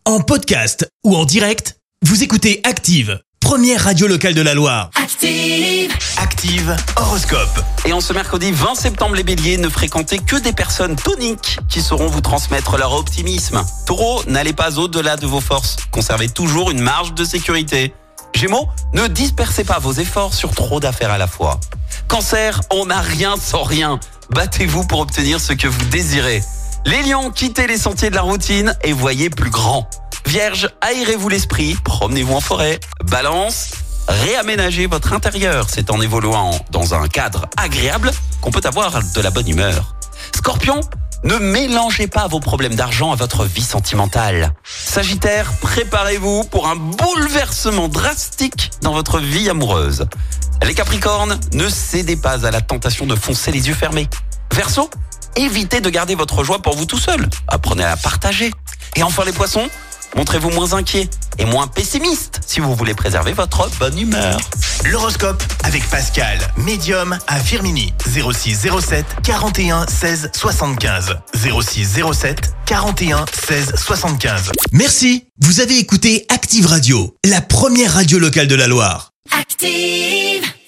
En podcast ou en direct, vous écoutez Active, première radio locale de la Loire. Active. Active horoscope. Et en ce mercredi 20 septembre, les béliers, ne fréquentez que des personnes toniques qui sauront vous transmettre leur optimisme. Taureau, n'allez pas au-delà de vos forces. Conservez toujours une marge de sécurité. Gémeaux, ne dispersez pas vos efforts sur trop d'affaires à la fois. Cancer, on n'a rien sans rien. Battez-vous pour obtenir ce que vous désirez. Les lions, quittez les sentiers de la routine et voyez plus grand. Vierge, aérez-vous l'esprit, promenez-vous en forêt. Balance, réaménagez votre intérieur. C'est en évoluant dans un cadre agréable qu'on peut avoir de la bonne humeur. Scorpion, ne mélangez pas vos problèmes d'argent à votre vie sentimentale. Sagittaire, préparez-vous pour un bouleversement drastique dans votre vie amoureuse. Les Capricornes, ne cédez pas à la tentation de foncer les yeux fermés. Verseau, évitez de garder votre joie pour vous tout seul. Apprenez à la partager. Et enfin les Poissons, montrez-vous moins inquiet et moins pessimiste si vous voulez préserver votre bonne humeur. L'horoscope avec Pascal, médium à Firminy. 06 07 41 16 75. 06 07 41 16 75. Merci, vous avez écouté Active Radio, la première radio locale de la Loire. Active.